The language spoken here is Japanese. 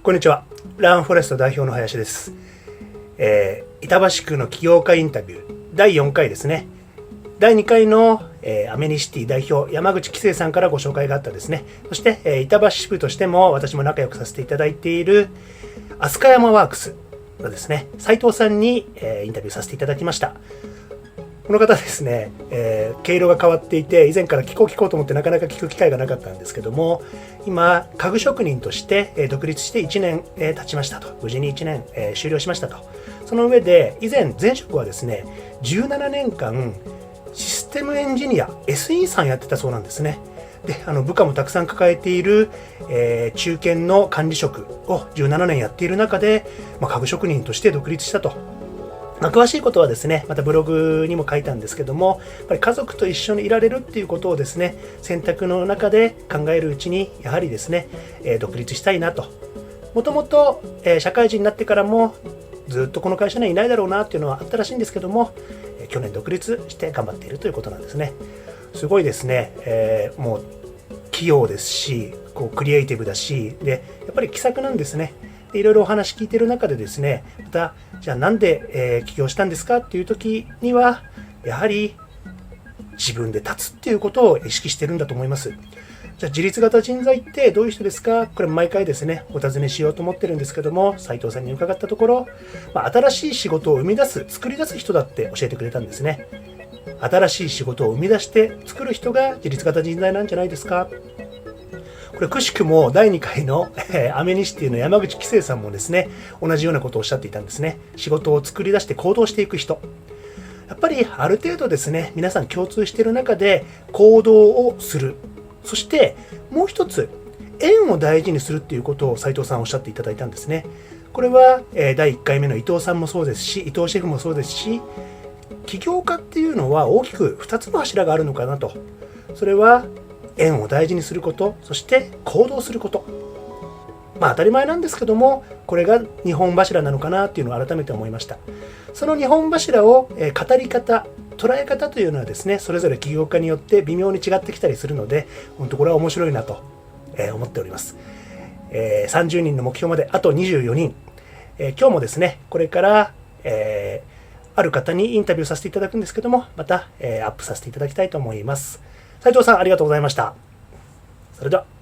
こんにちは。ランフォレスト代表の林です。板橋区の起業家インタビュー第4回ですね。第2回の、アメニシティ代表山口喜生さんからご紹介があったですね。そして、板橋支部としても私も仲良くさせていただいている飛鳥山ワークスのですね斉藤さんに、インタビューさせていただきました。この方ですね、毛色が変わっていて以前から聞こうと思ってなかなか聞く機会がなかったんですけども、今家具職人として、独立して1年、経ちましたと。無事に1年、終了しましたと。その上で前職はですね17年間システムエンジニア SE さんやってたそうなんですね。で部下もたくさん抱えている、中堅の管理職を17年やっている中で、家具職人として独立したと。詳しいことはですねまたブログにも書いたんですけども、やっぱり家族と一緒にいられるっていうことをですね選択の中で考えるうちにやはりですね、独立したいなと。もともと社会人になってからもずっとこの会社にはいないだろうなっていうのはあったらしいんですけども、去年独立して頑張っているということなんですね。すごいですね、もう器用ですしクリエイティブだしでやっぱり気さくなんですね。いろいろお話聞いている中でですね、またじゃあなんで、起業したんですかっていう時にはやはり自分で立つっていうことを意識してるんだと思います。じゃあ自立型人材ってどういう人ですか？これ毎回ですねお尋ねしようと思ってるんですけども、斉藤さんに伺ったところ、新しい仕事を生み出す作り出す人だって教えてくれたんですね。新しい仕事を生み出して作る人が自立型人材なんじゃないですか。これくしくも第2回のアメニシティの山口喜生さんもですね同じようなことをおっしゃっていたんですね。仕事を作り出して行動していく人、やっぱりある程度ですね皆さん共通している中で行動をする。そしてもう一つ縁を大事にするっていうことを斉藤さんおっしゃっていただいたんですね。これは第1回目の伊藤さんもそうですし伊藤シェフもそうですし、起業家っていうのは大きく2つの柱があるのかなと。それは縁を大事にすること、そして行動すること。当たり前なんですけども、これが2本柱なのかなっていうのを改めて思いました。その2本柱を語り方、捉え方というのはですねそれぞれ起業家によって微妙に違ってきたりするので、本当これは面白いなと思っております。30人の目標まであと24人、今日もですねこれから、ある方にインタビューさせていただくんですけども、また、アップさせていただきたいと思います。斉藤さんありがとうございました。それでは。